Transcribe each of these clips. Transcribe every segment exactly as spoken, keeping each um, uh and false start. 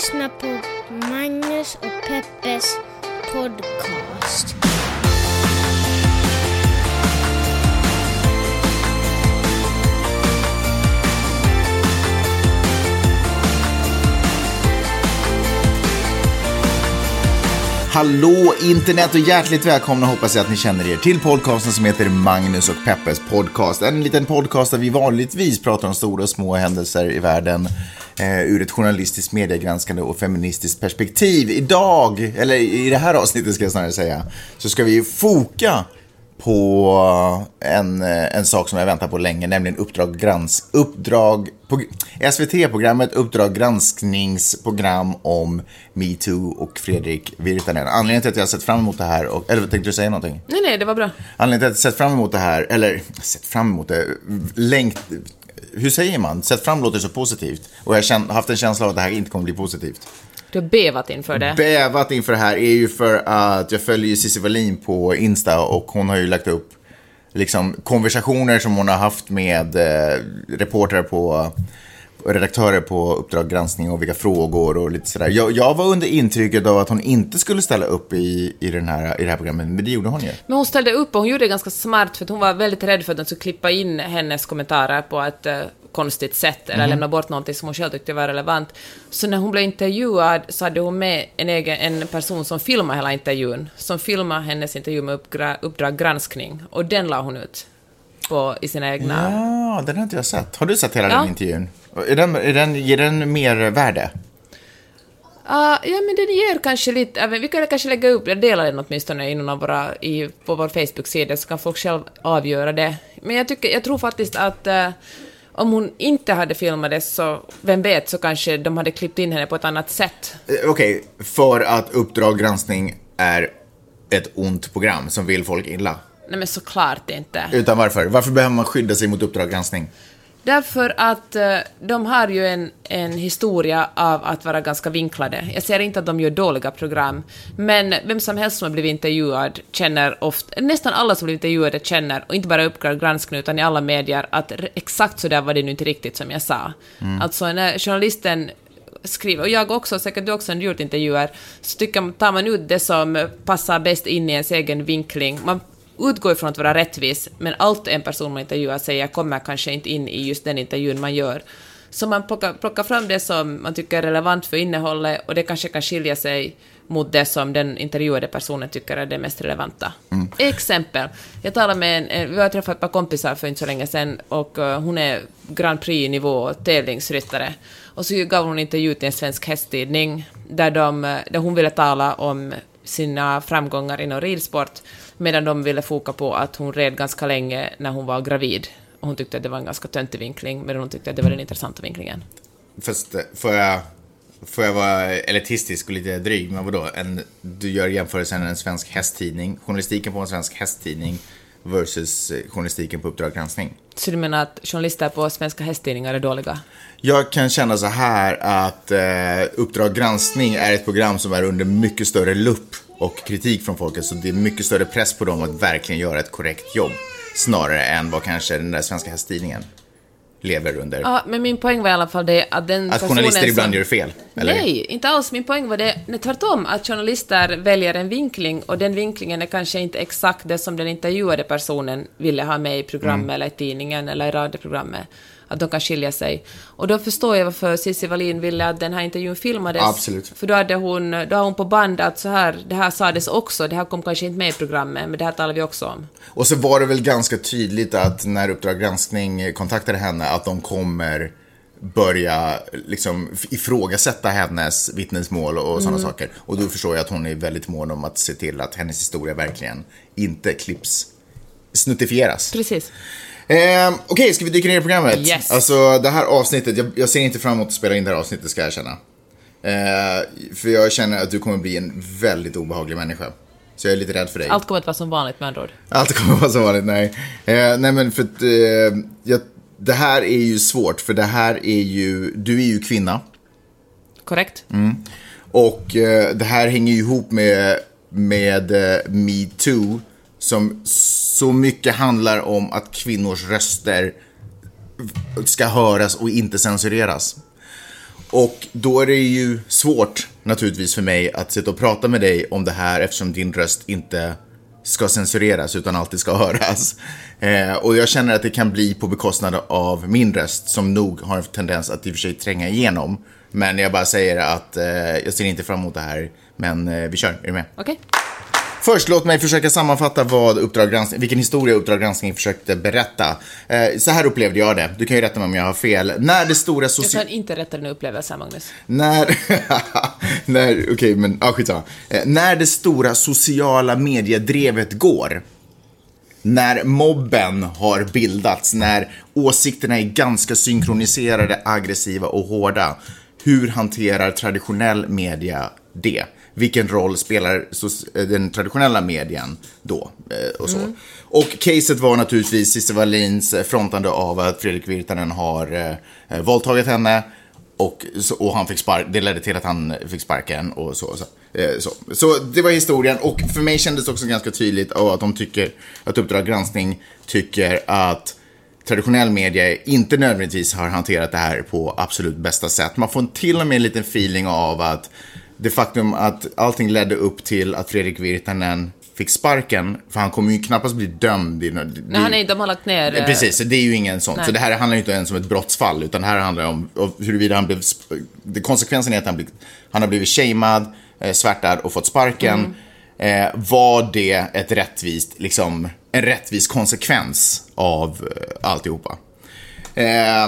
lyssnar på Magnus och Peppes podcast. Hallå internet och hjärtligt välkomna, hoppas jag att ni känner er till podcasten som heter Magnus och Peppes podcast. En liten podcast där vi vanligtvis pratar om stora och små händelser i världen eh, ur ett journalistiskt, mediegranskande och feministiskt perspektiv. Idag, eller i det här avsnittet ska jag snarare säga, så ska vi foka på en, en sak som jag väntar på länge, nämligen Uppdrag Grans, uppdrag på S V T-programmet Uppdrag granskningsprogram om MeToo och Fredrik Virtanen. Anledningen till att jag har sett fram emot det här, och, eller tänkte du säga någonting? Nej, nej, det var bra. Anledningen till att jag har sett fram emot det här, eller sett fram emot det, längt, hur säger man? Sett fram låter så positivt, och jag har haft en känsla av att det här inte kommer bli positivt. Du har bävat inför det. Bävat inför det här är ju för att jag följer Cissi Wallin på Insta, och hon har ju lagt upp liksom konversationer som hon har haft med eh, reportrar på redaktörer på Uppdrag granskning och vilka frågor och lite sådär. Jag, jag var under intrycket av att hon inte skulle ställa upp i, i, den här, i det här programmet, men det gjorde hon ju. Men hon ställde upp, och hon gjorde det ganska smart, för att hon var väldigt rädd för att de skulle klippa in hennes kommentarer på ett uh, konstigt sätt, eller mm. lämna bort någonting som hon själv tyckte var relevant. Så när hon blev intervjuad så hade hon med en, egen, en person som filmade hela intervjun, som filmade hennes intervju med uppgra, Uppdrag granskning, och den la hon ut på, i sina egna... Ja, den har inte jag sett. Har du sett hela ja. den intervjun? Är den, är den, ger den mer värde? Uh, ja, men den ger kanske lite... Uh, vi kan kanske lägga upp, jag delar den åtminstone i någon av våra, i, på vår Facebook-sida, så kan folk själv avgöra det. Men jag, tycker, jag tror faktiskt att uh, om hon inte hade filmat det, så vem vet, så kanske de hade klippt in henne på ett annat sätt. Uh, Okej, okay, för att Uppdrag granskning är ett ont program som vill folk illa. Nej, men såklart inte. Utan varför? Varför behöver man skydda sig mot Uppdrag granskning? Därför att uh, de har ju en, en historia av att vara ganska vinklade. Jag säger inte att de gör dåliga program, men vem som helst som har blivit intervjuad känner ofta, nästan alla som blivit intervjuade känner, och inte bara Uppdrag granskning utan i alla medier, att exakt så där var det nu inte riktigt som jag sa. Mm. Alltså när journalisten skriver, och jag också, säkert du också har gjort intervjuer, så tycker, tar man ut det som passar bäst in i ens egen vinkling. Man utgår ifrån att vara rättvis, men allt en person man intervjuar säger kommer kanske inte in i just den intervjun man gör. Så man plockar, plockar fram det som man tycker är relevant för innehållet, och det kanske kan skilja sig mot det som den intervjuade personen tycker är det mest relevanta. Mm. Exempel, jag talade med en, vi har träffat ett par kompisar för inte så länge sedan, och uh, hon är Grand Prix-nivå tävlingsryttare, och så gav hon intervju till en svensk hästtidning där, de, där hon ville tala om sina framgångar inom ridsport, medan de ville foka på att hon red ganska länge när hon var gravid. Och hon tyckte att det var en ganska töntig vinkling, medan hon tyckte att det var den intressanta vinklingen. Fast får jag, får jag vara elitistisk och lite dryg, men vadå? En, du gör jämförelsen en svensk hästtidning, journalistiken på en svensk hästtidning versus journalistiken på Uppdrag granskning. Så du menar att journalister på svenska hästtidningar är dåliga? Jag kan känna så här att eh, Uppdrag granskning är ett program som är under mycket större lupp och kritik från folket, så det är mycket större press på dem att verkligen göra ett korrekt jobb, snarare än vad kanske den där svenska hästtidningen lever under. Ja, men min poäng var i alla fall det att den att journalister som... ibland gör fel, eller? Nej, inte alls. Min poäng var det, nej, tvärtom, att journalister väljer en vinkling, och den vinklingen är kanske inte exakt det som den intervjuade personen ville ha med i programmet mm. eller i tidningen eller i radioprogrammet. Att de kan skilja sig. Och då förstår jag varför Cissi Wallin ville att den här intervjun filmades. Absolut. För då hade hon, då har hon på band att så här, det här sades också, det här kom kanske inte med i programmet, men det här talar vi också om. Och så var det väl ganska tydligt att när Uppdrag granskning kontaktade henne, att de kommer börja liksom ifrågasätta hennes vittnesmål och mm. sådana saker. Och då förstår jag att hon är väldigt mån om att se till att hennes historia verkligen inte klipps, snuttifieras. Precis. Eh, Okej, okay, ska vi dyka ner i programmet? Yes. Alltså det här avsnittet, jag, jag ser inte fram emot att spela in det här avsnittet, ska jag känna. Eh, för jag känner att du kommer bli en väldigt obehaglig människa. Så jag är lite rädd för dig. Allt kommer att vara som vanligt med andra ord. Allt kommer att vara som vanligt, nej. Eh, nej men för att, eh, jag, det här är ju svårt, för det här är ju, du är ju kvinna. Korrekt. Mm. Och eh, det här hänger ju ihop med, med eh, MeToo, som så mycket handlar om att kvinnors röster ska höras och inte censureras. Och då är det ju svårt naturligtvis för mig att sitta och prata med dig om det här eftersom din röst inte ska censureras utan alltid ska höras. Eh, och jag känner att det kan bli på bekostnad av min röst som nog har en tendens att i och för sig tränga igenom. Men jag bara säger att eh, jag ser inte fram emot det här, men eh, vi kör. Är du med? Okej. Okay. Först, låt mig försöka sammanfatta vad Uppdrag granskning, vilken historia Uppdrag granskning försökte berätta. Eh, så här upplevde jag det. Du kan ju rätta mig om jag har fel. När det stora soci- Jag kan inte rätta dina upplevelser, Magnus. När, när okej, okay, men ah, skitsamma. Eh, när det stora sociala mediedrevet går, när mobben har bildats, när åsikterna är ganska synkroniserade, aggressiva och hårda, hur hanterar traditionell media det? Vilken roll spelar den traditionella medien då? Och, så. Mm. Och caset var naturligtvis Cissi Wallins frontande av att Fredrik Virtanen har eh, våldtagit henne och, och han fick spark, det ledde till att han fick sparken och så, så. Eh, så. Så det var historien, och för mig kändes det också ganska tydligt att de tycker att Uppdrag granskning tycker att traditionell media inte nödvändigtvis har hanterat det här på absolut bästa sätt. Man får till och med en liten feeling av att det faktum att allting ledde upp till att Fredrik Virtanen fick sparken, för han kommer ju knappast bli dömd. I, det, Nej, han är, de har lagt ner... Precis, det är ju ingen sånt. Nej. Så det här handlar ju inte ens om ett brottsfall, utan det här handlar om huruvida han blev... Konsekvensen är att han, blev, han har blivit shamed, eh, svärtad och fått sparken. Mm. Eh, var det ett rättvist, liksom, en rättvis konsekvens av eh, alltihopa? Eh,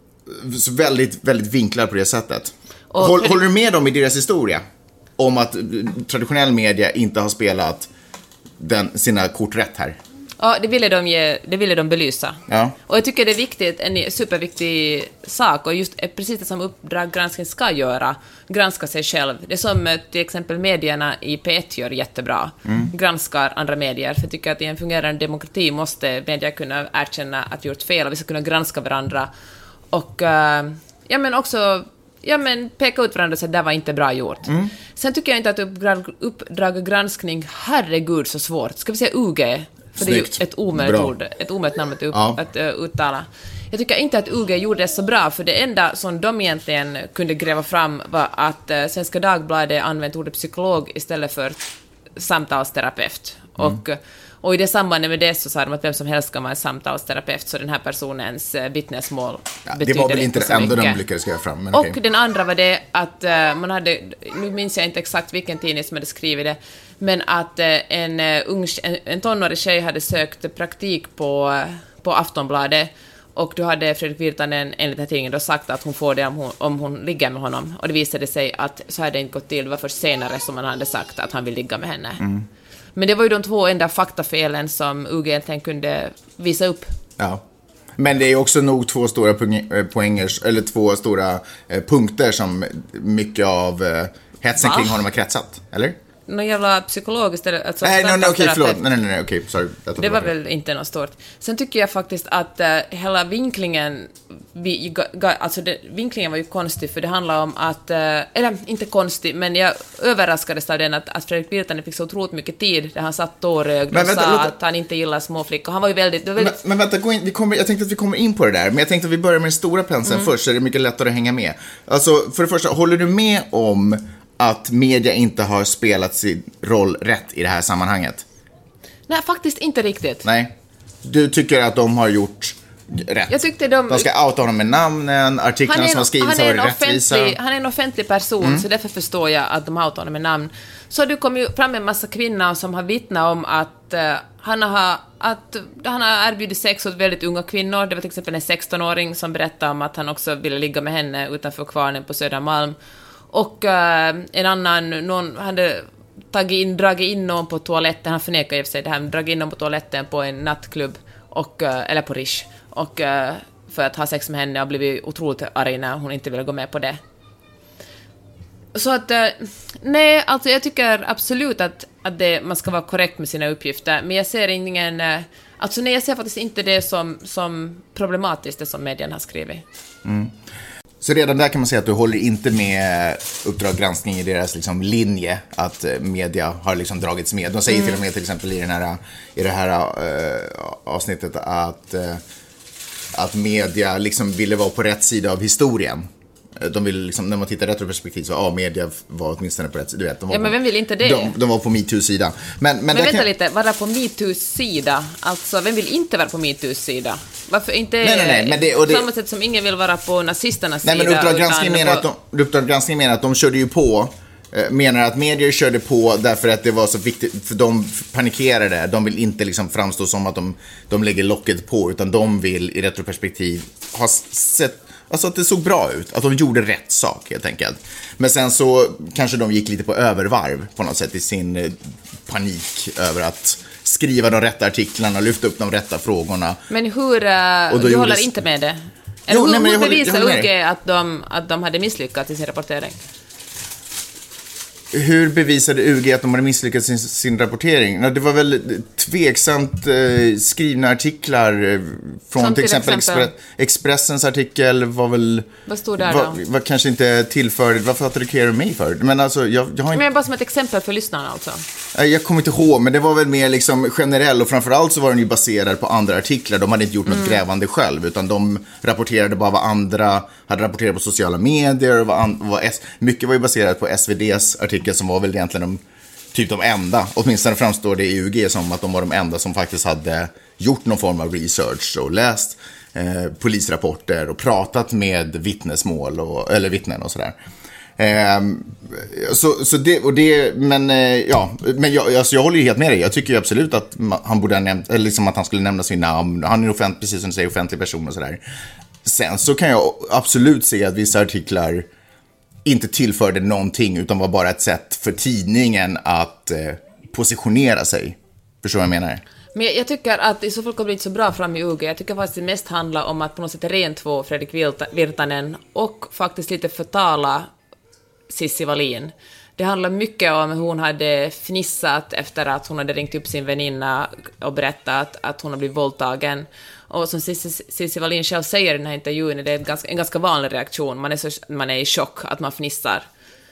så väldigt, väldigt vinklad på det sättet. Och Håll, håller du med dem i deras historia om att traditionell media inte har spelat den, sina kort rätt här? Ja, det ville de, ge, det ville de belysa. Ja. Och jag tycker det är viktigt, en superviktig sak, och just precis det som Uppdrag granskning ska göra, granska sig själv. Det som till exempel medierna i P ett gör jättebra, mm. granskar andra medier. För jag tycker att i en fungerande demokrati måste medier kunna erkänna att gjort fel, och vi ska kunna granska varandra. Och uh, ja, men också... Ja, men peka ut varandra och säga att det var inte bra gjort. Mm. Sen tycker jag inte att uppdrag, uppdrag granskning, herregud så svårt. Ska vi säga U G? För Snyggt. Det är ju ett omöjligt ord, ett omöjligt namn att, upp, ja. att uh, uttala. Jag tycker inte att U G gjorde det så bra, för det enda som de egentligen kunde gräva fram var att uh, Svenska Dagbladet använt ordet psykolog istället för samtalsterapeut. Mm. Och Och i det sambandet med det så sa de att vem som helst ska vara en samtalsterapeut, så den här personens vittnesmål ja, betyder det var väl inte det enda mycket. De lyckades skriva fram. Men och okay. Den andra var det att uh, man hade, nu minns jag inte exakt vilken tidning som hade skrivit det, men att uh, en, uh, ung, en, en tonårig tjej hade sökt praktik på, uh, på Aftonbladet, och då hade Fredrik Virtanen enligt den här tidningen då sagt att hon får det om hon, om hon ligger med honom, och det visade sig att så hade det inte gått till. Det var först senare som man hade sagt att han vill ligga med henne. Mm. Men det var ju de två enda faktafelen som U G egentligen kunde visa upp. Ja. Men det är också nog två stora poänger, eller två stora eh, punkter som mycket av eh, hetsen Va? kring honom har kretsat, eller? Någon jävla psykolog istället. Alltså, nej, nej, nej, okej, förlåt. Nej, nej, nej, okej, sorry. Det var väl inte något stort. Sen tycker jag faktiskt att uh, hela vinklingen, vi, ga, alltså det, vinklingen var ju konstig, för det handlar om att, uh, eller inte konstig, men jag överraskades av den att, att Fredrik Virtanen fick så otroligt mycket tid där han satt tårögd och sa låt... att han inte gillar småflickor. Han var ju väldigt... Var väldigt... Men, men vänta, gå in, vi kommer, jag tänkte att vi kommer in på det där, men jag tänkte att vi börjar med den stora penseln mm. först, så är det mycket lättare att hänga med. Alltså, för det första, håller du med om att media inte har spelat sin roll rätt i det här sammanhanget? Nej, faktiskt inte riktigt. Nej. Du tycker att de har gjort rätt? Jag tyckte de... de ska outa honom med namnen, artiklarna som har skrivits har varit rättvisa. Han är en offentlig person, mm. så därför förstår jag att de outar honom med namn. Så det kom ju fram en massa kvinnor som har vittnat om att, uh, han, har, att han har erbjudit sex åt väldigt unga kvinnor. Det var till exempel en sexton-åring som berättade om att han också ville ligga med henne utanför kvarnen på Södermalm. Och uh, en annan, någon hade tagit in, dragit in någon på toaletten, han förnekar ju sig det här, dragit in någon på toaletten på en nattklubb, och, uh, eller på Rish, och uh, för att ha sex med henne, och blivit otroligt arg när hon inte ville gå med på det. Så att, uh, nej, alltså jag tycker absolut att, att det, man ska vara korrekt med sina uppgifter, men jag ser ingen, uh, alltså nej, jag ser faktiskt inte det som, som problematiskt, det som medien har skrivit. Mm. Så redan där kan man säga att du håller inte med Uppdrag granskning i deras liksom linje att media har liksom dragits med. De säger mm. till och med till exempel i, den här, i det här äh, avsnittet att, äh, att media liksom ville vara på rätt sida av historien. De vill liksom, när man tittar retroperspektiv så ja, media var åtminstone på rätt, du vet, de var Ja, men vem vill inte det? De, de var på MeToo-sida. Men, men, Men vänta kan... lite, vara på MeToos sida? Alltså, vem vill inte vara på MeToos sida? Varför inte nej, nej, nej, men det, och det... samma sätt som ingen vill vara på nazisternas nej, sida? Men Uppdrag granskning menar, på... att de, Uppdrag granskning menar att de körde ju på, menar att medier körde på därför att det var så viktigt, för de panikerade, de vill inte liksom framstå som att de, de lägger locket på, utan de vill i retroperspektiv ha sett, alltså att det såg bra ut, att de gjorde rätt sak helt enkelt. Men sen så kanske de gick lite på övervarv på något sätt i sin panik över att skriva de rätta artiklarna och lyfta upp de rätta frågorna. Men hur, uh, du håller det... inte med det? Eller jo, hur, nej, hur bevisar U G att de, att de hade misslyckats i sin rapportering? Hur bevisade U G att de hade misslyckats i sin, sin rapportering? Det var väl tveksamt eh, skrivna artiklar eh, från till, till exempel, exempel. Expre- Expressens artikel var väl... Vad stod där var, då? Var kanske inte tillförd. Varför attackerar du mig för? Men alltså, jag, jag har inte... Men bara som ett exempel för lyssnarna alltså. Jag kommer inte ihåg, men det var väl mer liksom generell, och framförallt så var den ju baserad på andra artiklar. De hade inte gjort något mm. grävande själv, utan de rapporterade bara vad andra hade rapporterat på sociala medier. Och vad an- vad S- mycket var ju baserat på S V D:s artikel, som var väl egentligen de, typ de enda, åtminstone framstår det i U G som att de var de enda som faktiskt hade gjort någon form av research och läst eh, polisrapporter och pratat med vittnesmål och, eller vittnen och sådär. Eh, så, så det, och det, men eh, ja, men jag, alltså jag håller ju helt med dig. Jag tycker ju absolut att han borde ha nämnt, eller liksom att han skulle nämna sin namn. Han är offent, precis som du säger, offentlig person och sådär. Sen så kan jag absolut se att vissa artiklar inte tillförde någonting, utan var bara ett sätt för tidningen att eh, positionera sig. Förstår vad jag menar? Men jag, jag tycker att i så fall kommer det inte så bra fram i U G. Jag tycker faktiskt det mest handlar om att på något sätt rentvå Fredrik Virtanen och faktiskt lite förtala Cissi Wallin. Det handlar mycket om hur hon hade fnissat efter att hon hade ringt upp sin väninna och berättat att hon har blivit våldtagen. Och som Cissi Wallin själv säger i den här intervjun, det är en ganska, en ganska vanlig reaktion. Man är, så, man är i chock att man fnissar.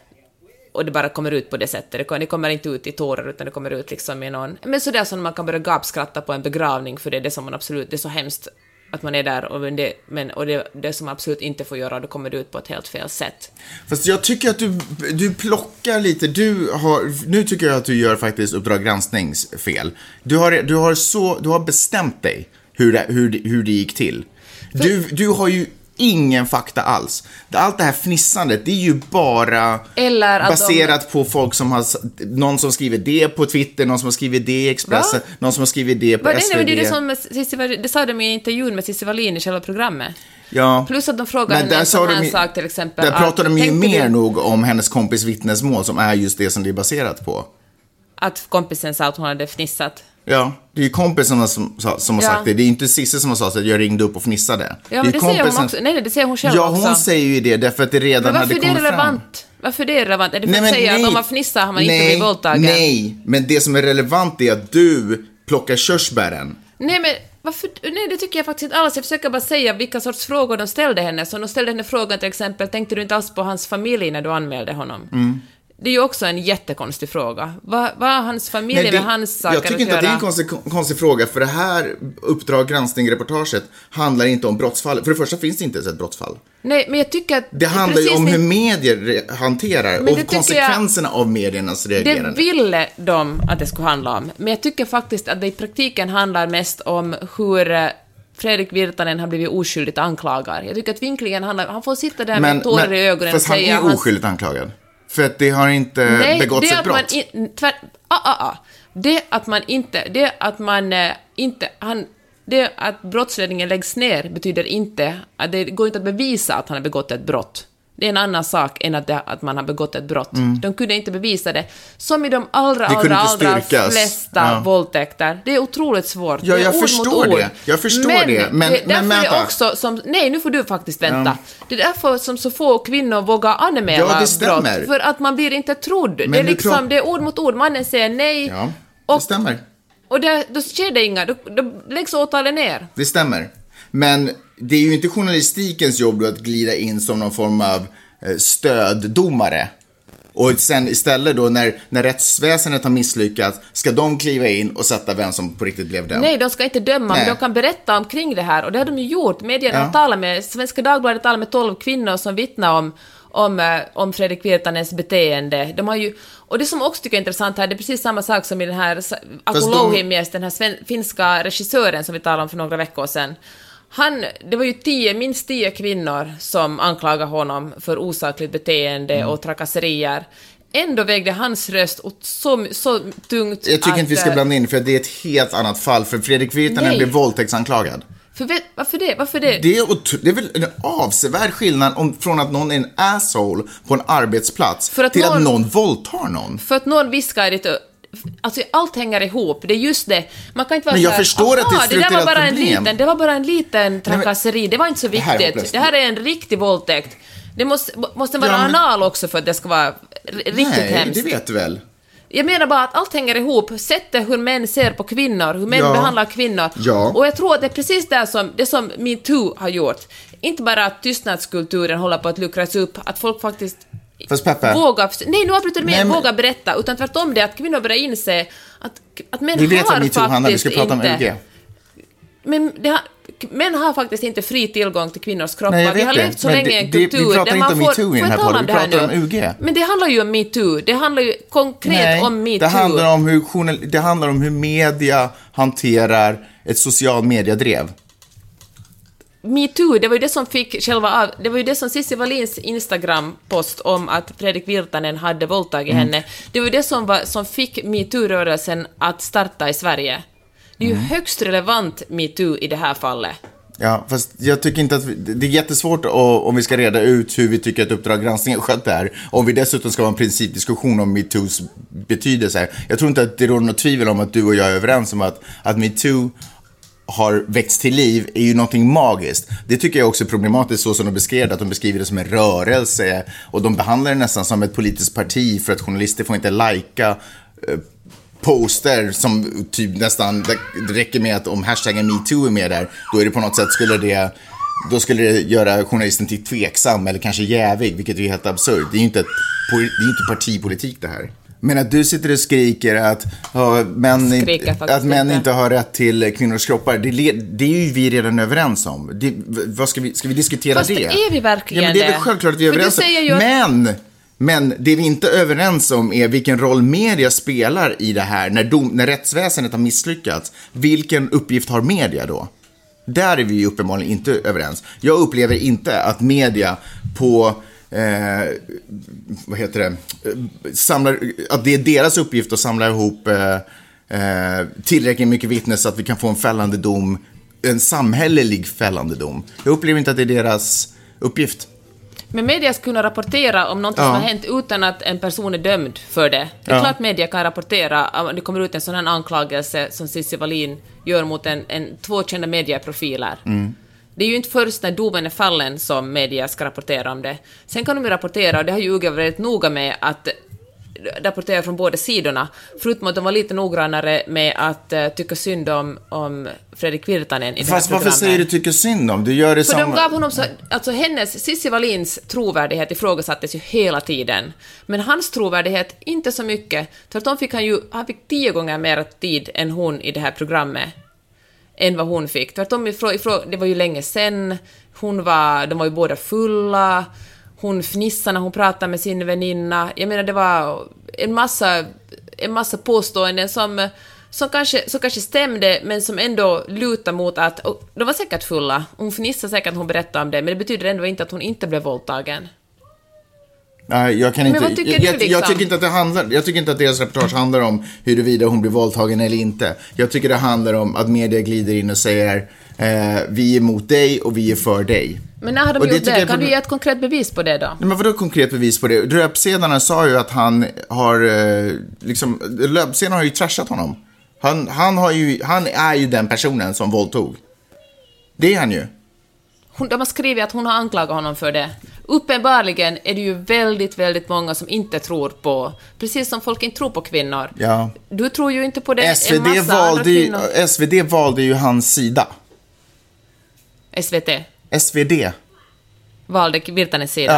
Och det bara kommer ut på det sättet. Det kommer inte ut i tårar, utan det kommer ut liksom i någon... Men sådär som man kan börja gapskratta på en begravning, för det är det som man absolut... Det är så hemskt att man är där, och det, men, och det, det som man absolut inte får göra, då kommer det ut på ett helt fel sätt. Fast jag tycker att du, du plockar lite. Du har, nu tycker jag att du gör faktiskt Uppdrag granskningsfel. Du har, du har, så, du har bestämt dig hur det, hur, hur det gick till. Du, du har ju ingen fakta alls. Allt det här fnissandet, det är ju bara baserat de... på folk som har, någon som skriver det på Twitter, någon som har skrivit det i Expressen, Va? någon som har skrivit det på Va, S V D. Det, det, som, det sa de i intervjun med Cissi Wallin i själva programmet. Ja. Plus att de frågade henne som han de, sak till exempel. Där pratar de ju mer du... nog om hennes kompis vittnesmål, som är just det som det är baserat på. Att kompisen sa att hon hade fnissat. Ja, det är ju kompisen som, som har sagt ja. det. Det är inte Cissi som har sagt att jag ringde upp och fnissade. Ja, men det, det säger hon också. Nej, det säger hon själv ja, också. Ja, hon säger ju det därför att det redan hade kommit fram. Varför är det relevant? Fram. Varför det är relevant? Är det för nej, att säga nej, att om man fnissar har man nej, inte blivit våldtagen? Nej, men det som är relevant är att du plockar körsbären. Nej, men varför? Nej, det tycker jag faktiskt inte alls. Jag försöker bara säga vilka sorts frågor de ställde henne. Så de ställde henne frågan till exempel, tänkte du inte alls på hans familj när du anmälde honom? Mm. Det är ju också en jättekonstig fråga. Vad, vad har hans familj Nej, det, med hans saker att göra? Jag tycker inte att det är en konstig, konstig fråga, för det här Uppdrag granskning-reportaget handlar inte om brottsfall. För det första finns det inte ens ett brottsfall. Nej, men jag tycker att... Det handlar ju om hur medier hanterar och konsekvenserna jag, av mediernas reagerande. Det ville de att det skulle handla om. Men jag tycker faktiskt att det i praktiken handlar mest om hur... Fredrik Virtanen har blivit oskyldigt anklagad. Jag tycker att vinklingen handlar... Han får sitta där men, med tårar men, i ögonen och säga... Fast han är oskyldigt hans... anklagad. För att det har inte Nej, begåtts ett brott. In, tvär, ah, ah, ah. Det att man inte... Det att man eh, inte... Han, det att brottsledningen läggs ner betyder inte... Att det går inte att bevisa att han har begått ett brott. Det är en annan sak än att, det, att man har begått ett brott. Mm. De kunde inte bevisa det. Som i de allra, allra, allra flesta ja. våldtäkter. Det är otroligt svårt. Ja, det är jag ord förstår mot ord. det. Jag förstår men det. Men, det, men därför är också som... Nej, nu får du faktiskt vänta. Ja. Det är därför som så få kvinnor vågar anmäla ja, det stämmer. brott. För att man blir inte trodd. Men det är liksom, pratar... det är ord mot ord. Mannen säger nej. Ja, det och, stämmer. Och det, då sker det inga. Då, då läggs åtalet ner. Det stämmer. Men det är ju inte journalistikens jobb att glida in som någon form av stöddomare Och sen istället då när, när rättsväsendet har misslyckats ska de kliva in och sätta vem som på riktigt blev den. Nej, de ska inte döma, Nej. men de kan berätta omkring det här. Och det har de ju gjort. Medierna Ja. har talat med, Svenska Dagbladet talar med tolv kvinnor som vittnar om, om, eh, om Fredrik Virtanens beteende. De har ju, och det som också tycker jag är intressant här, det är precis samma sak som i den här Aku de- Louhimies, den här sven, finska regissören som vi talade om för några veckor sedan. Han, det var ju tio, minst tio kvinnor som anklagade honom för osakligt beteende Mm. och trakasserier. Ändå vägde hans röst åt så, så tungt. Jag tycker att, inte vi ska eh, blanda in, för det är ett helt annat fall. För Fredrik Virtanen Nej. blev våldtäktsanklagad. För vet, varför det? Varför det? Det är, otro- det är väl en avsevärd skillnad om, från att någon är en asshole på en arbetsplats För att till att någon- någon våldtar någon. För att någon viskar i ditt ö- Alltså allt hänger ihop, det är just det. Man kan inte vara Men jag så här, förstår att det är "Aha, ett det där var strukturellt bara en problem." liten, det var bara en liten trakasseri, det var inte så det här är viktigt. hopplöst. Det här är en riktig våldtäkt. Det måste, måste vara Ja, men- anal också för att det ska vara r- riktigt Nej, hemskt. det vet du väl. Jag menar bara att allt hänger ihop. Sättet hur män ser på kvinnor, hur män Ja. behandlar kvinnor. Ja. Och jag tror att det är precis det som, det som MeToo har gjort. Inte bara att tystnadskulturen håller på att luckras upp, att folk faktiskt Fast Peppe, vågar... Nej, nu avbryter du Nej, med men- våga berätta, utan tvärtom det att kvinnor börjar inse att, att män vi vet har vad MeToo handlar, vi ska faktiskt prata om inte... U G. Men det har, män har faktiskt inte fri tillgång till kvinnors kroppar. Nej, jag vi vet har det. levt så Men länge det- i en det- vi kultur pratar där inte man om får... MeToo i den får här jag tala podden, vi det här pratar nu? om U G. Men det handlar ju om MeToo. Det handlar ju konkret Nej, om MeToo. det handlar om, hur, journal- det handlar om hur media hanterar ett social mediedrev. MeToo, det var ju det som fick själva av, det var ju det som Cissi Wallins Instagram-post om att Fredrik Virtanen hade våldtagit Mm. henne, det var ju det som, var, som fick MeToo-rörelsen att starta i Sverige. Det är ju Mm. högst relevant MeToo i det här fallet. Ja, fast jag tycker inte att vi, det är jättesvårt att, om vi ska reda ut hur vi tycker att Uppdrag granskning har skött det här. Om vi dessutom ska ha en principdiskussion om MeToos betydelse. Jag tror inte att det råder något tvivel om att du och jag är överens om att, att MeToo har växt till liv är ju någonting magiskt. Det tycker jag också är problematiskt så som de beskrev det, att de beskriver det som en rörelse och de behandlar det nästan som ett politiskt parti för att journalister får inte lajka eh, poster som typ nästan, det räcker med att om hashtaggen MeToo är med där, då är det på något sätt skulle det, då skulle det göra journalisten till tveksam eller kanske jävig, vilket är helt absurt. Det är ju inte, ett, det är ju inte partipolitik det här. Men att du sitter och skriker att, ja, män, Skriker faktiskt att män inte. inte har rätt till kvinnors kroppar, det, le- det är ju vi redan överens om. Det, vad ska vi, ska vi diskutera Fast det? det är vi verkligen ja, men det är väl det. självklart att vi är För du överens om. säger ju att- Men, men det vi inte är överens om är vilken roll media spelar i det här när, dom, när rättsväsendet har misslyckats. Vilken uppgift har media då? Där är vi ju uppenbarligen inte överens. Jag upplever inte att media på Eh, vad heter det? Eh, samlar, att det är deras uppgift att samla ihop eh, eh, tillräckligt mycket vittnen så att vi kan få en fällande dom, en samhällelig fällande dom. Jag upplever inte att det är deras uppgift. Men media ska kunna rapportera om något som Ja. har hänt utan att en person är dömd för det. Det är Ja. klart media kan rapportera om det kommer ut en sån här anklagelse som Cissi Wallin gör mot en, en, två kända medieprofiler. Mm. Det är ju inte först när domen är fallen som media ska rapportera om det. Sen kan de ju rapportera, och det har ju U G varit noga med att rapportera från båda sidorna, förutom att de var lite noggrannare med att uh, tycka synd om, om Fredrik Virtanen i det här Fast varför programmet. säger du tycker synd om? Du gör det För som... de gav honom så, alltså hennes, Cissi Wallins trovärdighet ifrågasattes ju hela tiden. Men hans trovärdighet, inte så mycket. Tvärtom fick han ju, han fick tio gånger mer tid än hon i det här programmet. Än vad hon fick. Tvärtom, ifrå, ifrå, det var ju länge sen. Hon var, de var ju båda fulla. Hon fnissade när hon pratade med sin väninna. Jag menar, det var en massa, en massa påståenden som, som, kanske, som kanske stämde, men som ändå lutar mot att... Och de var säkert fulla. Hon fnissade säkert när hon berättade om det, men det betyder ändå inte att hon inte blev våldtagen. Nej, jag kan inte... vad tycker jag, du, jag, liksom? jag tycker inte att det handlar... Jag tycker inte att deras reportage handlar om huruvida hon blir våldtagen eller inte. Jag tycker det handlar om att media glider in och säger eh, vi är emot dig och vi är för dig. Men när har de Och det gjort tycker det? jag är Kan du problem- ge ett konkret bevis på det då? Nej, men vadå konkret bevis på det? Löpsedlarna sa ju att han har... Eh, liksom, Löpsedlarna har ju trashat honom. Han, han, har ju, han är ju den personen som våldtog. Det är han ju. Hon, de har skrivit att hon har anklagat honom för det. Uppenbarligen är det ju väldigt, väldigt många som inte tror på, precis som folk inte tror på kvinnor. Ja. Du tror ju inte på det. S V D, en massa andra valde ju, kvinnor. S V D valde ju hans sida. S V T S V D. valde Virtanens sida. Ja.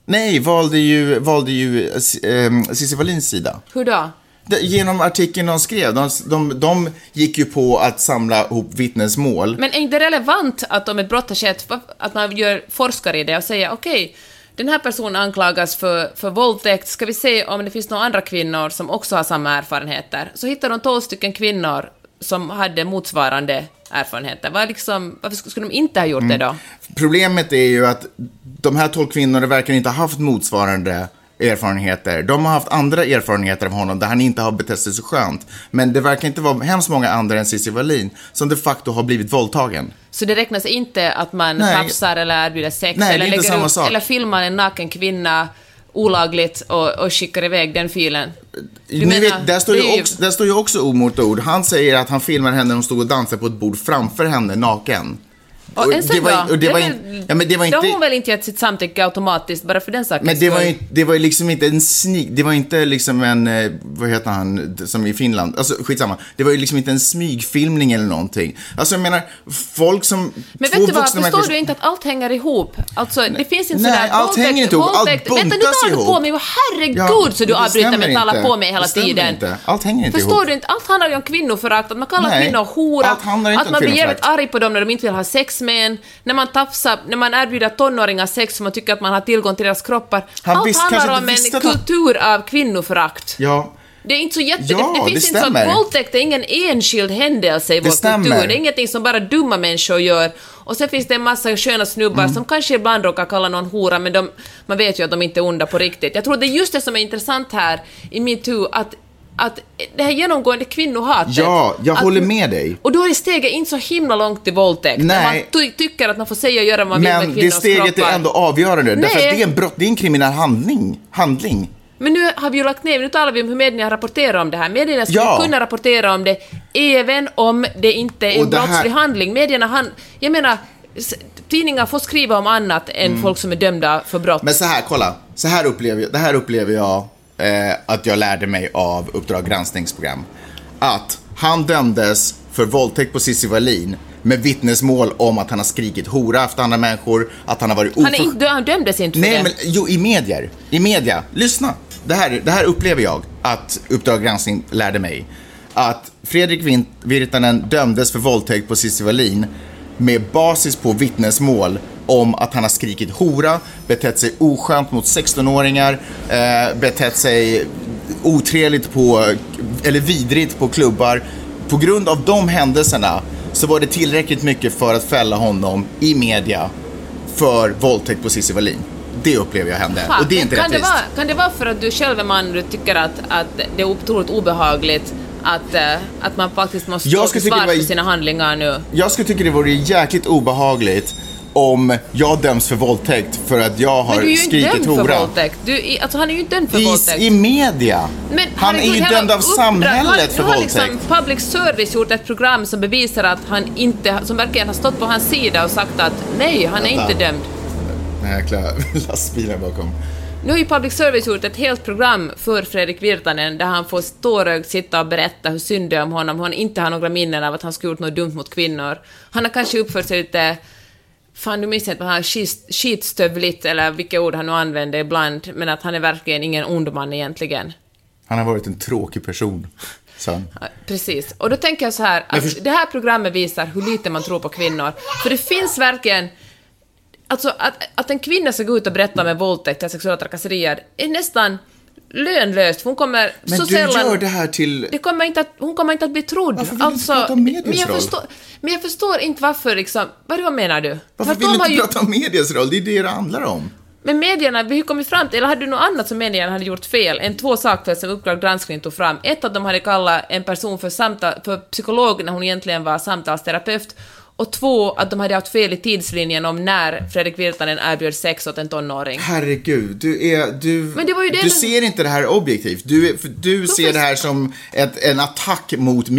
Nej, valde ju, valde ju äh, Cissi Wallins sida. Hur då? Genom artikeln de skrev. De, de, de gick ju på att samla ihop vittnesmål. Men är det relevant att om ett brott har skett, att man gör forskare i det och säger okej, okay, den här personen anklagas för, för våldtäkt, ska vi se om det finns några andra kvinnor som också har samma erfarenheter. Så hittar de tolv stycken kvinnor som hade motsvarande erfarenheter. Var liksom, varför skulle de inte ha gjort mm. det då? Problemet är ju att de här tolv kvinnorna verkar inte ha haft motsvarande erfarenheter. De har haft andra erfarenheter av honom där han inte har betett sig så skönt. Men det verkar inte vara hemskt många andra än Cissi Wallin som de facto har blivit våldtagen. Så det räknas inte att man tafsar eller erbjuder sex Nej, eller, lägger ut, sak. eller filmar en naken kvinna olagligt och, och skickar iväg den filen? Ni menar, vet, där, står ju också, där står ju också ord mot ord. Han säger att han filmar henne när hon stod och dansade på ett bord framför henne naken. Och, och det var, och det var, det in, ja, men det var inte, då har hon väl inte gett sitt samtycke automatiskt bara för den saken. Men det var ju det var liksom inte en sneak, det var inte liksom en, vad heter han som i Finland, alltså skitsamma. Det var ju liksom inte en smygfilmning eller någonting. Alltså jag menar folk som men vet du vad, förstår människor... du inte att allt hänger ihop? Alltså det finns inte nej, sådär allt våldtäkt, hänger inte ihop, våldtäkt, allt buntas ihop. Vänta, du talar på mig, herregud ja, så du avbryter mig och talar på mig hela tiden. Inte. Allt hänger inte förstår ihop. du inte, allt handlar ju om kvinnoförakt, att man kallar nej, kvinnor hora, att man blir jävligt arg på dem när de inte vill ha sex med en, när man tafsar, när man erbjuder tonåringar sex som man tycker att man har tillgång till deras kroppar. Han allt visst, handlar om en att... kultur av kvinnoförakt. Ja. Det är inte så jätte... Ja, det, det finns det inte så att våldtäkt är ingen enskild händelse i vår stämmer. kultur. Det är ingenting som bara dumma människor gör. Och sen finns det en massa sköna snubbar mm. som kanske ibland råkar kalla någon hora, men de, man vet ju att de inte är onda på riktigt. Jag tror det är just det som är intressant här i MeToo, att att det här genomgående kvinnohatet... Ja, jag att, håller med dig. Och då är steget inte så himla långt till våldtäkt. Nej. När man ty- tycker att man får säga och göra vad man vill med kvinnors kroppar. Men det steget är ändå avgörande. Nej. Därför att det är en brott, det är en kriminell handling. handling. Men nu har vi ju lagt ner, nu talar vi om hur medierna rapporterar om det här. Medierna skulle ja. kunna rapportera om det även om det inte är en brottslig här... handling. Medierna, han, jag menar, tidningar får skriva om annat än mm. folk som är dömda för brott. Men så här, kolla. Så här upplever jag, det här upplever jag eh, att jag lärde mig av Uppdrag granskningsprogram. Att han dömdes för våldtäkt på Cissi Wallin med vittnesmål om att han har skrikit hora efter andra människor, att han har varit oför... Han, är inte, han dömdes inte för Nej, det. Men, jo, i medier. I media. Lyssna. Det här, det här upplever jag att Uppdrag granskning lärde mig. Att Fredrik Virtanen dömdes för våldtäkt på Cissi Wallin med basis på vittnesmål om att han har skrikit hora, betett sig oskönt mot sextonåringar, eh, betett sig otrevligt på, eller vidrigt på klubbar. På grund av de händelserna så var det tillräckligt mycket för att fälla honom i media för våldtäkt på Cissi Wallin. Det upplever jag hände. Ha, och det är inte kan, det vara, rättvist. kan det vara för att du själv är man och du tycker att, att det är otroligt obehagligt att, att man faktiskt måste stå till svar för sina handlingar nu? Jag skulle tycka det vore jäkligt obehagligt om jag döms för våldtäkt för att jag har skrikit hora. Men du är ju inte dömd för våldtäkt. Du, alltså han är ju inte dömd för I, våldtäkt. I media. Men, han är ju dömd av uppdrag. samhället för våldtäkt. Nu har liksom Public Service gjort ett program som bevisar att han inte, som verkligen har stått på hans sida och sagt att nej, han är Vänta. inte dömd. Den här jäkla lastbilen bakom. Nu har ju Public Service gjort ett helt program för Fredrik Virtanen där han får stårögt sitta och berätta hur synd det är om honom. Han inte har några minnen av att han skulle gjort något dumt mot kvinnor. Han har kanske uppfört sig lite... Fan, du minns inte att han har skitstövligt, eller vilka ord han nu använder ibland, men att han är verkligen ingen ond man egentligen. Han har varit en tråkig person. Så. Ja, precis. Och då tänker jag så här, att för... det här programmet visar hur lite man tror på kvinnor. För det finns verkligen... Alltså, att, att en kvinna ska gå ut och berätta med våldtäkt och sexuella trakasserier är nästan lönlöst. Hon kommer men så du sällan... gör det här till... Det kommer inte att, hon kommer inte att bli trodd. Varför vill alltså, du inte prata om medias men jag roll? Förstår, men jag förstår inte varför liksom... Vad, vad menar du? Varför för vill du inte ju, prata om medias roll? Det är det det handlar om. Men medierna, vi har kommit fram till... Eller hade du något annat som medierna hade gjort fel? En två saker som Uppdrag granskning tog fram. Ett, att de hade kallat en person för, samtal, för psykolog när hon egentligen var samtalsterapeut. Och två, att de hade haft fel i tidslinjen om när Fredrik Virtanen erbjöd sex åt en tonåring. Herregud, du är... Du, Men det var ju det du den... ser inte det här objektivt. Du, du ser det här som ett, en attack mot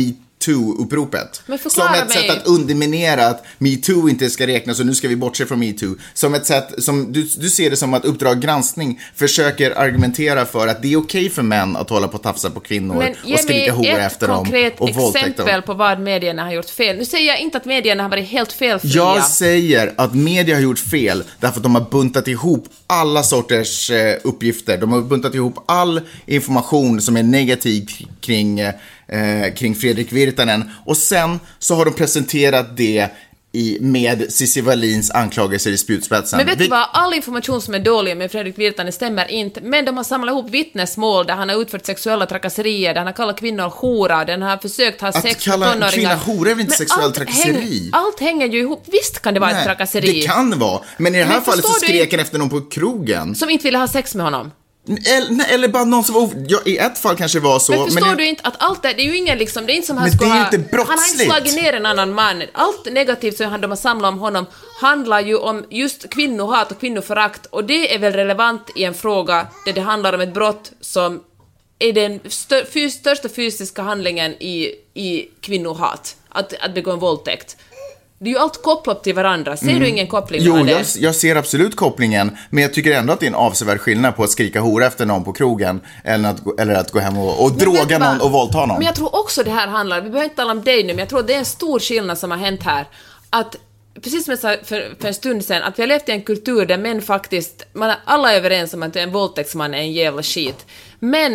MeToo-uppropet. Som ett mig. sätt att underminera att MeToo inte ska räknas och nu ska vi bortse från MeToo. Som ett sätt, som, du, du ser det som att Uppdrag granskning försöker argumentera för att det är okej för män att hålla på och tafsa på kvinnor Men och skrika horor efter dem och våldtäkta dem. Men ge mig ett konkret exempel på vad medierna har gjort fel. Nu säger jag inte att medierna har varit helt felfria. Jag säger att media har gjort fel därför att de har buntat ihop alla sorters eh, uppgifter. De har buntat ihop all information som är negativ kring, eh, kring Fredrik Virtanen. Och sen så har de presenterat det i, med Cissi Wallins anklagelser i spjutspetsen. Men vet Vi... du vad? All information som är dålig med Fredrik Virtanen stämmer inte. Men de har samlat ihop vittnesmål där han har utfört sexuella trakasserier, där han har kallat kvinnor hora, där han har försökt ha sex med tonåringar. Att kalla kvinnor hora är väl inte Men sexuell allt trakasseri? Häng, allt hänger ju ihop. Visst kan det vara Nej, ett trakasseri. det kan vara. Men i det här Men fallet så förstår du skrek inte- han efter någon på krogen. Som inte ville ha sex med honom. Eller, eller bara någon som var... Ja, i ett fall kanske det var så. Men förstår men du inte att allt det, det är ju ingen liksom, det är inte som han Men skulle det är ju ha... inte brottsligt. Han har inte slagit ner en annan man. Allt negativt som de har samlat om honom handlar ju om just kvinnohat och kvinnoförakt, och det är väl relevant i en fråga där det handlar om ett brott som är den stör, fys, största fysiska handlingen i, i kvinnohat. Att, att begå en våldtäkt. Det är ju allt kopplat till varandra. Ser du ingen koppling Jo, mellan det? jag, jag ser absolut kopplingen. Men jag tycker ändå att det är en avsevärd skillnad på att skrika hora efter någon på krogen eller att, gå- eller att gå hem och, och Men vet droga du någon vad? och våldta någon. Men jag tror också det här handlar, vi behöver inte tala om dig nu, men jag tror att det är en stor skillnad som har hänt här. Att, precis som jag sa för, för en stund sedan, att vi har levt i en kultur där män faktiskt, man är alla överens om att en våldtäktsman är en jävla skit. Men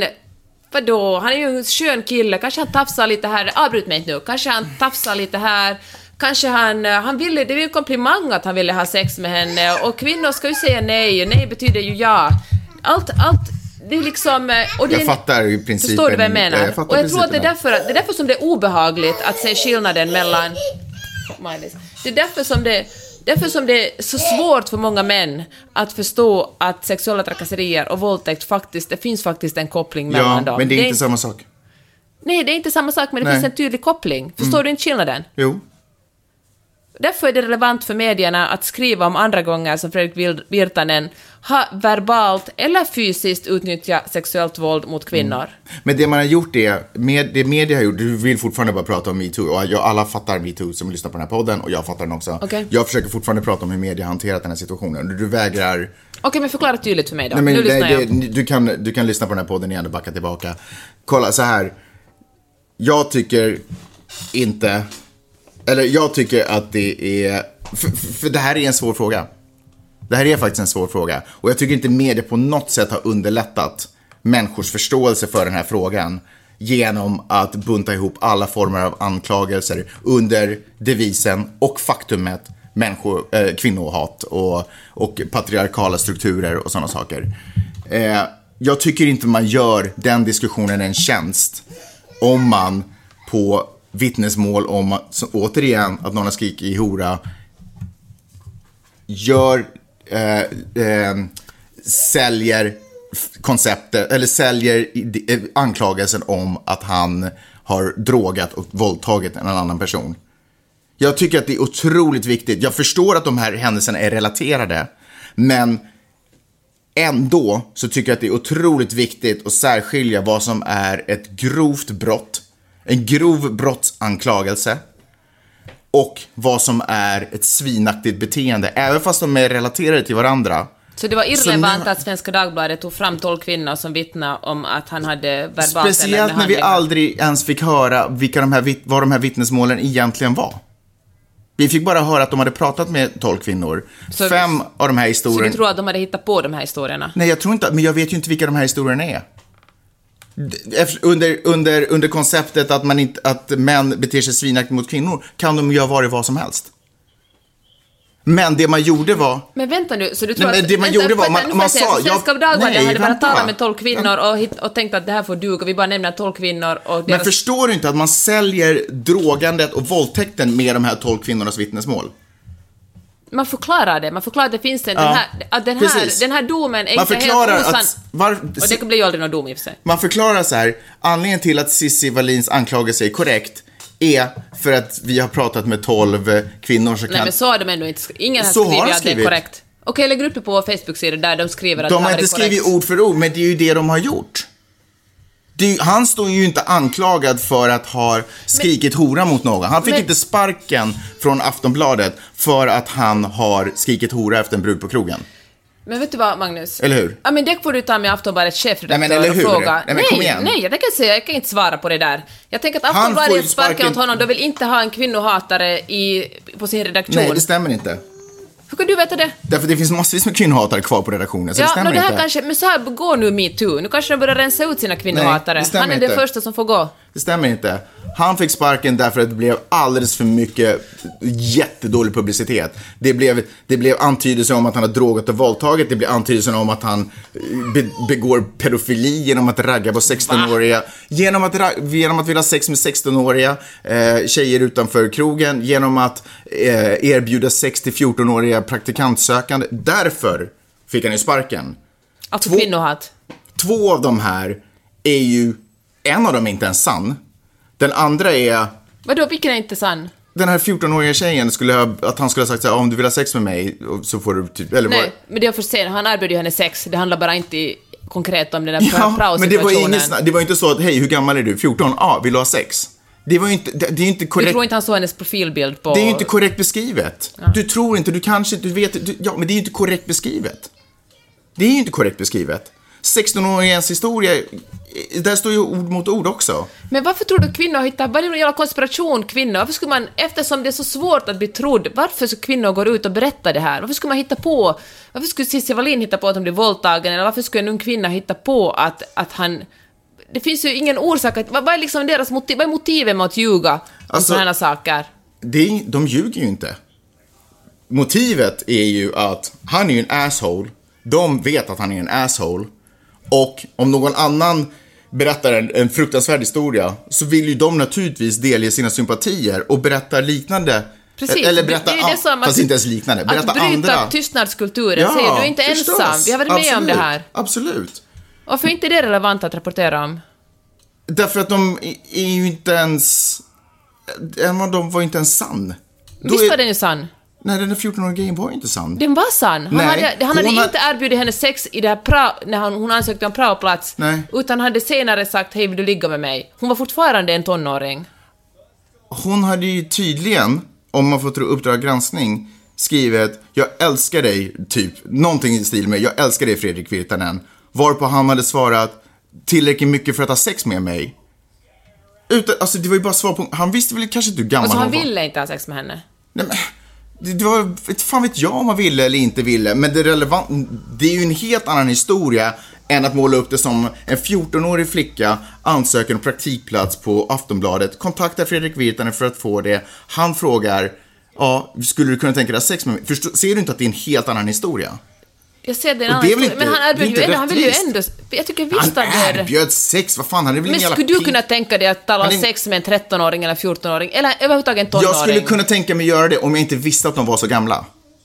vadå, han är ju en skön kille, kanske han tafsar lite här, avbryt mig inte nu, kanske han tafsar lite här, kanske han, han ville, det var ju en komplimang att han ville ha sex med henne, och kvinnor ska ju säga nej, nej betyder ju ja. Allt, allt, det är liksom... Och det Jag är, fattar ju principen. förstår du vad jag menar? Ja, jag fattar och jag tror att det är, principen. därför, det är därför som det är obehagligt att se skillnaden mellan... Det är därför som det, därför som det är så svårt för många män att förstå att sexuella trakasserier och våldtäkt faktiskt, det finns faktiskt en koppling mellan Ja, dem. men det är det inte samma sak. Nej, det är inte samma sak, men det Nej. finns en tydlig koppling. Förstår du inte skillnaden? Jo. Därför är det relevant för medierna att skriva om andra gånger som Fredrik Vil- Virtanen har verbalt eller fysiskt utnyttjat sexuellt våld mot kvinnor. Men det man har gjort är, med, det media har gjort, du vill fortfarande bara prata om MeToo, och jag, alla fattar MeToo som lyssnar på den här podden, och jag fattar den också. Okej. Jag försöker fortfarande prata om hur media har hanterat den här situationen. Du, du vägrar... Okej, men förklara tydligt för mig då. Nej, men nu det, lyssnar jag. det, du, kan, du kan lyssna på den här podden igen och backa tillbaka. Kolla, så här. Jag tycker inte... Eller jag tycker att det är... För, för det här är en svår fråga. Det här är faktiskt en svår fråga. Och jag tycker inte media på något sätt har underlättat människors förståelse för den här frågan genom att bunta ihop alla former av anklagelser under devisen och faktumet människor, eh, kvinnohat och, och patriarkala strukturer och sådana saker. Eh, jag tycker inte man gör den diskussionen en tjänst om man på vittnesmål om, så, återigen, att någon har skrikit i hora gör eh, eh, säljer konceptet eller säljer eh, anklagelsen om att han har drogat och våldtagit en annan person. Jag tycker att det är otroligt viktigt. Jag förstår att de här händelserna är relaterade, men ändå så tycker jag att det är otroligt viktigt att särskilja vad som är ett grovt brott, en grov brottsanklagelse, och vad som är ett svinaktigt beteende, även fast de är relaterade till varandra. Så det var irrelevant nu- att Svenska Dagbladet tog fram tolv kvinnor som vittnade om att han hade verbalt eller Speciellt med när vi handlingar. aldrig ens fick höra vilka de här, vitt- vad de här vittnesmålen egentligen var. Vi fick bara höra att de hade pratat med tolv kvinnor. Så- Fem av de här Så historierna... du tror att de hade hittat på de här historierna? Nej, jag tror inte, men jag vet ju inte vilka de här historierna är. Efter, under, under, under konceptet att, man inte, att män beter sig svinaktigt mot kvinnor kan de göra vad, vad som helst. Men det man gjorde var... Men vänta nu, så du tror Nej, men att... det man vänta, gjorde var- vänta, man- nu får man jag säga, sa- så Svenska jag- Dagbladet nej, hade bara vänta. talat med tolv kvinnor och, hit, och tänkt att det här får duga, vi bara nämner tolv kvinnor och Men deras... förstår du inte att man säljer drogandet och våldtäkten med de här tolv kvinnornas vittnesmål? Man förklarar det, man förklarar att det finns en... Ja, den, här, att den, precis. här, den här domen är Man inte förklarar helt osann. att... Var, Och det blir ju aldrig någon dom i och för sig. Man förklarar så här, anledningen till att Cissi Wallins anklagelse är korrekt är för att vi har pratat med tolv kvinnor som Nej, kan... men så har de ändå inte... Ingen har Så har skrivit de att det är skrivit. korrekt. Okej, lägg upp det på Facebook-sidor där de skriver att det De här har är inte korrekt. skrivit ord för ord, men det är ju det de har gjort. Det, han står ju inte anklagad för att ha skrikit men, hora mot någon. Han fick men, inte sparken från Aftonbladet för att han har skrikit hora efter en brud på krogen. Men vet du vad, Magnus? Eller hur? Ja, men det får du ta med Aftonbladets chefredaktör nej, men eller hur? och fråga. Nej, men kom igen. Nej, jag tänker säga, jag kan inte svara på det där. Jag tänker att Aftonbladet sparkar åt honom, de vill inte ha en kvinnohatare i, på sin redaktion. Nej, det stämmer inte. Hur kan du veta det? Därför det finns massvis med kvinnohatare kvar på redaktionen, så ja, det stämmer det här inte. Kanske, men så här går nu MeToo. Nu kanske de börjar rensa ut sina kvinnohatare. Nej, han är inte. den första som får gå. Det stämmer inte. Han fick sparken därför att det blev alldeles för mycket jättedålig publicitet. Det blev, det blev antydelser om att han har drogat och våldtagit. Det blev antydelser om att han be, begår pedofili genom att ragga på sexton-åriga. Genom att, genom att vilja ha sex med sexton-åriga eh, tjejer utanför krogen. Genom att eh, erbjuda sex till fjorton-åriga praktikantsökande. Därför fick han ju sparken. Alltså två, kvinnohat. Två av de här är ju... En av dem är inte ens sann. Den andra är... Vadå, vilken är inte sann? Den här fjorton-åriga tjejen skulle ha... Att han skulle ha sagt så här, om du vill ha sex med mig så får du typ... Eller nej, var... men det är för sent. Han erbjuder ju henne sex. Det handlar bara inte i, konkret om den där ja, prao-situationen. Men det var, ingen, det var inte så att, hej, hur gammal är du? fjorton? Ja, ah, vill du ha sex? Det var ju inte... Det, det är ju inte korrekt... Du tror inte han såg hennes profilbild på... Det är ju inte korrekt beskrivet. Ja. Du tror inte, du kanske inte, du vet... Du, ja, men det är ju inte korrekt beskrivet. Det är ju inte korrekt beskrivet. sexton-åringens historia, där står ju ord mot ord också. Men varför tror du kvinnor hittar, vad är det någon jävla konspiration kvinnor? Varför skulle man, eftersom det är så svårt att bli trodd, varför ska kvinnor gå ut och berätta det här? Varför skulle man hitta på, varför skulle Cissi Wallin hitta på att hon blir våldtagen? Eller varför skulle en ung kvinna hitta på att, att han, det finns ju ingen orsak, att, vad är liksom deras motiv, vad är motivet med att ljuga om alltså, sådana saker? Det är, de ljuger ju inte. Motivet är ju att han är ju en asshole, de vet att han är en asshole. Och om någon annan berättar en, en fruktansvärd historia så vill ju de naturligtvis delge sina sympatier och berätta liknande. Precis, eller berätta, det är det som fast att, inte ens liknande. Berätta att bryta andra. Tystnadskulturen, ja, säger du är inte förstås. ensam. Vi har varit med absolut, om det här. Absolut. Varför är inte det relevant att rapportera om? Därför att de är ju inte ens... En av dem var inte ens sann. Visst var är... den ju sann? Nej, den där fjorton-åriga grejen var ju inte sann. Den var sann. Han Nej, hade, han hade har... inte erbjudit henne sex i det här pra, när han, hon ansökte om praoplats. Nej. Utan hade senare sagt, hej, vill du ligga med mig? Hon var fortfarande en tonåring. Hon hade ju tydligen, om man får tro Uppdrag granskning, skrivit, jag älskar dig, typ, någonting i stil med, jag älskar dig Fredrik Virtanen. Varpå han hade svarat, tillräckligt mycket för att ha sex med mig. Utan, alltså det var ju bara svar på, han visste väl kanske inte hur gammal alltså, han var. han ville inte ha sex med henne. Nej, men... Det var, fan vet jag om man ville eller inte ville. Men det, relevant, det är ju en helt annan historia än att måla upp det som en fjorton-årig flicka ansöker om praktikplats på Aftonbladet, kontaktar Fredrik Virtanen för att få det. Han frågar, ja, skulle du kunna tänka dig sex med mig? Förstå, ser du inte att det är en helt annan historia? Jag ser det en annan historia, men han erbjöd ju ändå, han vill ju ändå, jag tycker visst han att det är... erbjöd sex, vad fan, han är väl men en skulle du kunna tänka dig att tala om är... sex med en tretton-åring eller fjorton-åring, eller överhuvudtaget en tonåring? Jag skulle kunna tänka mig göra det om jag inte visste att de var så gamla.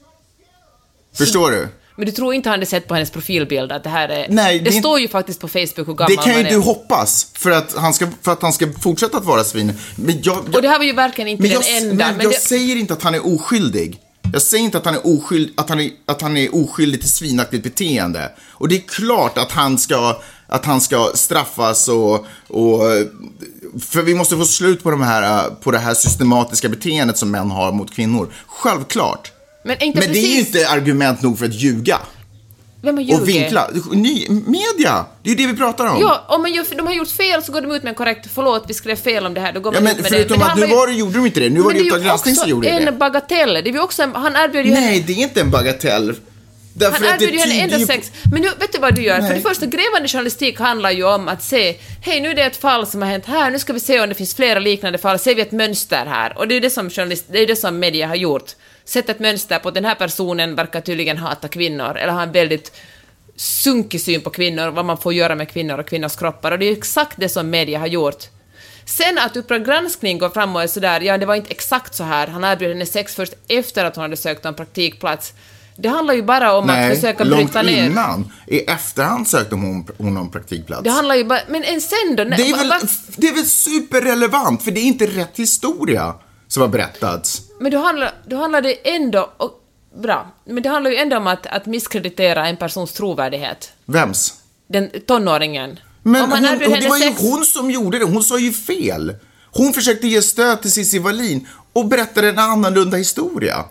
Förstår du? Men du tror inte han hade sett på hennes profilbild att det här är... Nej, det, det är... står ju faktiskt på Facebook hur gammal det kan ju är. du hoppas för att han ska, för att han ska fortsätta att vara svin. Men jag, jag... Och det här var ju verkligen inte men den jag, enda. Men, men jag det... säger inte att han är oskyldig. Jag säger inte att han är oskyldig, att han är, att han är oskyldig till svinaktigt beteende. Och det är klart att han ska, att han ska straffas och, och för vi måste få slut på, de här, på det här systematiska beteendet som män har mot kvinnor. Självklart. Men, inte men precis... det är ju inte argument nog för att ljuga. Vem har ljugit? Och vinkla. Ny, media. Det är ju det vi pratar om. Ja, om man gör, de har gjort fel så går de ut med en korrekt, förlåt, vi skrev fel om det här. Då går ja, man men ut med förutom det. Men att nu var det, gjorde de inte det. Nu var det ju Uppdrag granskning som gjorde det. en bagatell. Det är ju också en, han erbjöd ju Nej, henne... det är inte en bagatell. Därför han erbjöd ju henne enda sex. Men nu, vet du vad du gör? Nej. För det första, grävande journalistik handlar ju om att se, hej, nu är det ett fall som har hänt här, nu ska vi se om det finns flera liknande fall, ser vi ett mönster här. Och det är det som journalist, det är det som media har gjort. Sett ett mönster på att den här personen verkar tydligen hata kvinnor, eller ha en väldigt sunkig syn på kvinnor, vad man får göra med kvinnor och kvinnors kroppar. Och det är exakt det som media har gjort. Sen att Uppdrag granskning går fram och är sådär, ja, det var inte exakt så här. Han erbjöd henne sex först efter att hon hade sökt om praktikplats. Det handlar ju bara om Nej, att försöka bryta ner. Nej, långt innan. I efterhand sökte hon, hon om praktikplats. Det handlar ju bara... Men en sen då... Det är, väl, det är väl superrelevant, för det är inte rätt historia som har berättats. Men då handlar, då handlar det ändå... Och, bra. Men det handlar ju ändå om att, att misskreditera en persons trovärdighet. Vems? Den tonåringen. Men Om han hon, erbjuder och det var ju henne sex- hon som gjorde det. Hon sa ju fel. Hon försökte ge stöd till Cissi Wallin och berättade en annorlunda historia.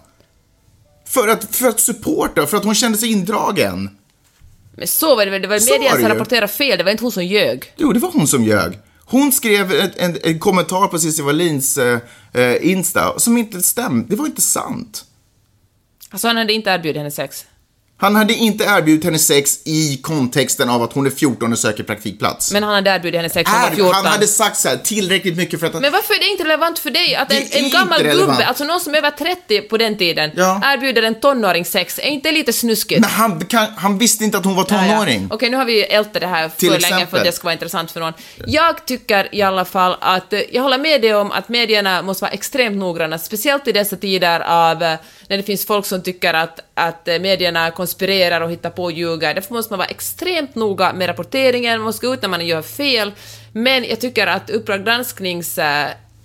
För att, för att supporta, för att hon kände sig indragen. Men så var det väl, det var Så media var det som ju. rapporterade fel, det var inte hon som ljög. Jo, det var hon som ljög. Hon skrev en, en, en kommentar på Cissi Wallins eh, eh, Insta som inte stämde. Det var inte sant. Alltså han hade inte erbjudit henne sex. Han hade inte erbjudit henne sex i kontexten av att hon är fjorton och söker praktikplats. Men han hade erbjudit henne sex när hon var Är, fjorton. han hade sagt så här tillräckligt mycket för att... Men varför är det inte relevant för dig att Det en, är en inte gammal relevant. gubbe, alltså någon som är över trettio på den tiden, Ja. erbjuder en tonåring sex? Är inte lite snuskigt? Men han, kan, han visste inte att hon var tonåring. Ja, ja. Okej, nu har vi ältat det här för Till länge för exempel. att det ska vara intressant för någon. Jag tycker i alla fall att, eh, jag håller med dig om att medierna måste vara extremt noggranna, speciellt i dessa tider av eh, när det finns folk som tycker att, att eh, medierna konspirerar och hittar på och ljuger. Därför måste man vara extremt noga med rapporteringen, man måste gå ut när man gör fel. Men jag tycker att Uppdrag gransknings eh,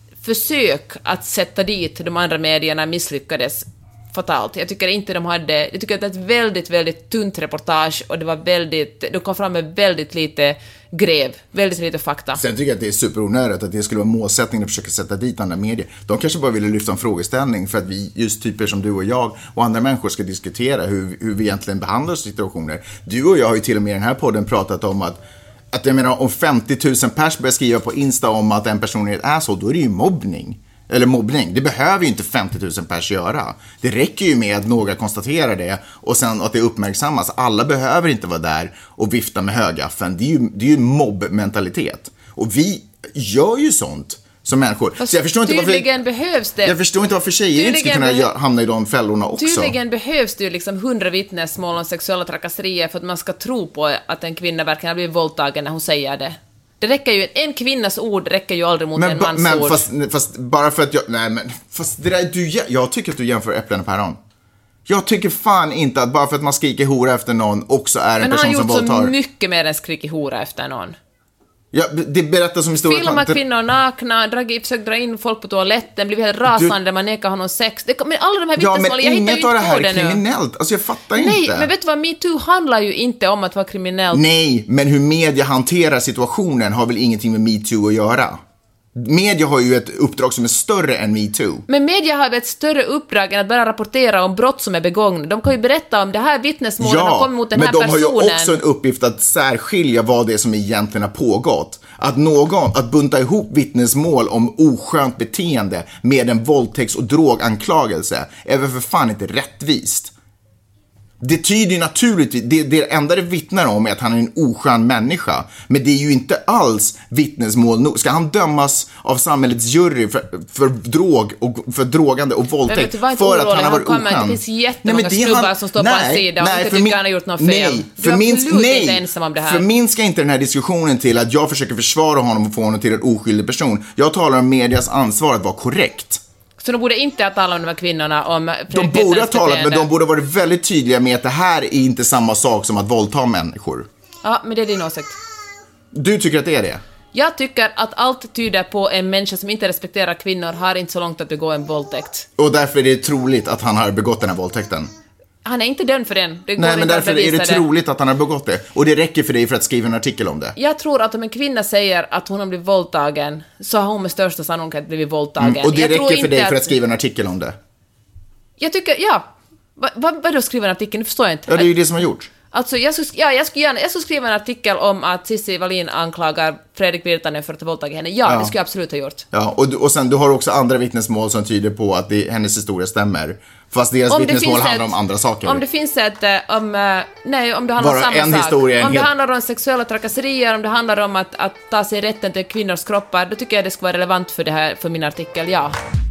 försök att sätta dit de andra medierna misslyckades fatalt. Jag tycker inte de hade... Jag tycker att det är ett väldigt, väldigt tunt reportage och det var väldigt... De kom fram med väldigt lite grev, väldigt lite fakta. Sen tycker jag att det är superonödigt att det skulle vara målsättningen att försöka sätta dit andra medier. De kanske bara ville lyfta en frågeställning för att vi, just typer som du och jag och andra människor ska diskutera hur, hur vi egentligen behandlar situationer. Du och jag har ju till och med i den här podden pratat om att att jag menar, om femtio tusen pers börjar skriva på Insta om att en person är ett asshole, då är det ju mobbning. Eller mobbning. Det behöver ju inte femtio tusen pers göra. Det räcker ju med att några konstaterar det och sen att det uppmärksammas. Alla behöver inte vara där och vifta med högaffeln. Det är ju, det är ju mobbmentalitet. Och vi gör ju sånt som människor. Fast Så jag förstår inte tydligen varför, behövs det. jag förstår inte varför tjejer inte ska kunna Tydligen gö- hamna i de fällorna också. Tydligen behövs det ju liksom hundra vittnesmål om sexuella trakasserier för att man ska tro på att en kvinna verkligen har blivit våldtagen när hon säger det. Det räcker ju, en kvinnas ord räcker ju aldrig mot Men, en ba- mans men ord. fast, fast bara för att jag, nej men, fast det där, du, jag tycker att du jämför äpplen och päron. Jag tycker fan inte att bara för att man skriker hora efter någon också är en Men han person har som gjort så våldtar. mycket mer än skrikig hora efter någon. Ja, det berättar som historia. Filma kvinnor nakna, dragit, försökt dra in folk på toaletten, blivit helt rasande när man nekar honom sex. Det, men alla de här Ja, vittnesmålen, men jag hittar ju inget inte av det på här det är nu. kriminellt. Alltså jag fattar Nej, inte. men vet du vad, MeToo handlar ju inte om att vara kriminellt. Nej, men hur media hanterar situationen har väl ingenting med MeToo att göra. Media har ju ett uppdrag som är större än MeToo. Men media har väl ett större uppdrag än att bara rapportera om brott som är begångna. De kan ju berätta om det här vittnesmålet har kommit mot den men här de personen. har ju också en uppgift att särskilja vad det är som egentligen har pågått. Att någon, att bunta ihop vittnesmål om oskönt beteende med en våldtäkts- och droganklagelse är väl för fan inte rättvist. Det tyder ju naturligtvis, det, det enda det vittnar om är att han är en oskön människa. Men det är ju inte alls vittnesmål nog. Ska han dömas av samhällets jury för, för drog och för drogande och våldtäkt? Men vet du vad, för inte att han har varit kommer, oskön? Det finns jättemånga Nej, det snubbar han- som står på hans sida och nej, inte för tycker min- han har gjort något fel. Nej, Du är förminsk- absolut nej, inte ensam om det här. Förminska inte den här diskussionen till att jag försöker försvara honom och få honom till en oskyldig person. Jag talar om medias ansvar att vara korrekt. Så de borde inte ha talat om de här kvinnorna om De Fredrik borde ha Virtanens talat, men beteende. de borde varit väldigt tydliga med att det här är inte samma sak som att våldta människor. Ja, men det är din åsikt. Du tycker att det är det? Jag tycker att allt tyder på en människa som inte respekterar kvinnor har inte så långt att begå en våldtäkt. Och därför är det troligt att han har begått den här våldtäkten. Han är inte dömd för den. Det går Nej, inte men att därför är bevisa det troligt att han har begått det. Och det räcker för dig för att skriva en artikel om det. Jag tror att om en kvinna säger att hon har blivit våldtagen så har hon med största sannolikhet blivit våldtagen. Mm, och det jag tror räcker för inte dig för att skriva en artikel om det. Jag tycker, ja. Vad va, vadå skriva en artikel? Nu förstår jag inte. Ja, det är ju det som har gjort. Alltså, jag skulle, ja, jag, skulle gärna, jag skulle skriva en artikel om att Cissi Wallin anklagar Fredrik Virtanen för att ha våldtagit henne. Ja, Ja. det skulle jag absolut ha gjort. Ja, och, och sen du har också andra vittnesmål som tyder på att det, hennes historia stämmer. Fast deras Om det vittnesmål finns handlar ett- om andra saker. Om det finns ett, eh, om, eh, nej, om det handlar om Bara samma en sak. historia, en om det hel- handlar om sexuella trakasserier, om det handlar om att, att ta sig rätten till kvinnors kroppar, då tycker jag det ska vara relevant för det här, för min artikel, ja.